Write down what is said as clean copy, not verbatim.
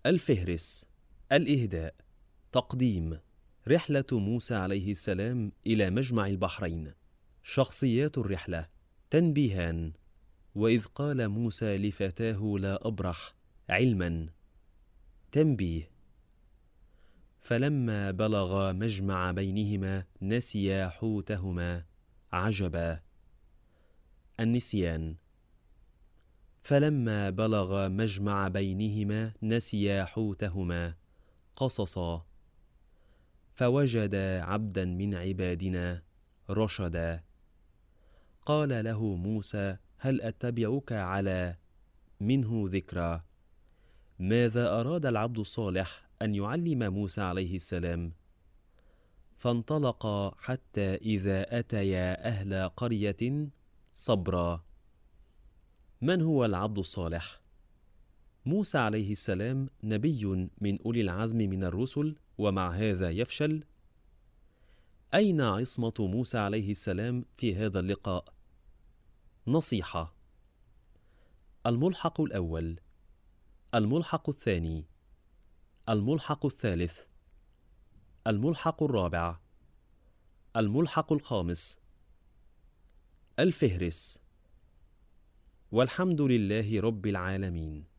الفهرس. الإهداء. تقديم: رحلة موسى عليه السلام إلى مجمع البحرين. شخصيات الرحلة. تنبيهان: وإذ قال موسى لفتاه لا أبرح علما. تنبيه: فلما بلغا مجمع بينهما نسيا حوتهما. عجبا. النسيان. فلما بلغا مجمع بينهما نسيا حوتهما. قصصا. فوجدا عبدا من عبادنا رشدا. قال له موسى: هل أتبعك على منه ذكرى. ماذا أراد العبد الصالح أن يعلم موسى عليه السلام؟ فانطلقا حتى إذا أتيا أهل قرية صبرا. من هو العبد الصالح؟ موسى عليه السلام نبي من أولي العزم من الرسل، ومع هذا يفشل؟ أين عصمة موسى عليه السلام في هذا اللقاء؟ نصيحة: الملحق الأول، الملحق الثاني، الملحق الثالث، الملحق الرابع، الملحق الخامس. الفهرس. والحمد لله رب العالمين.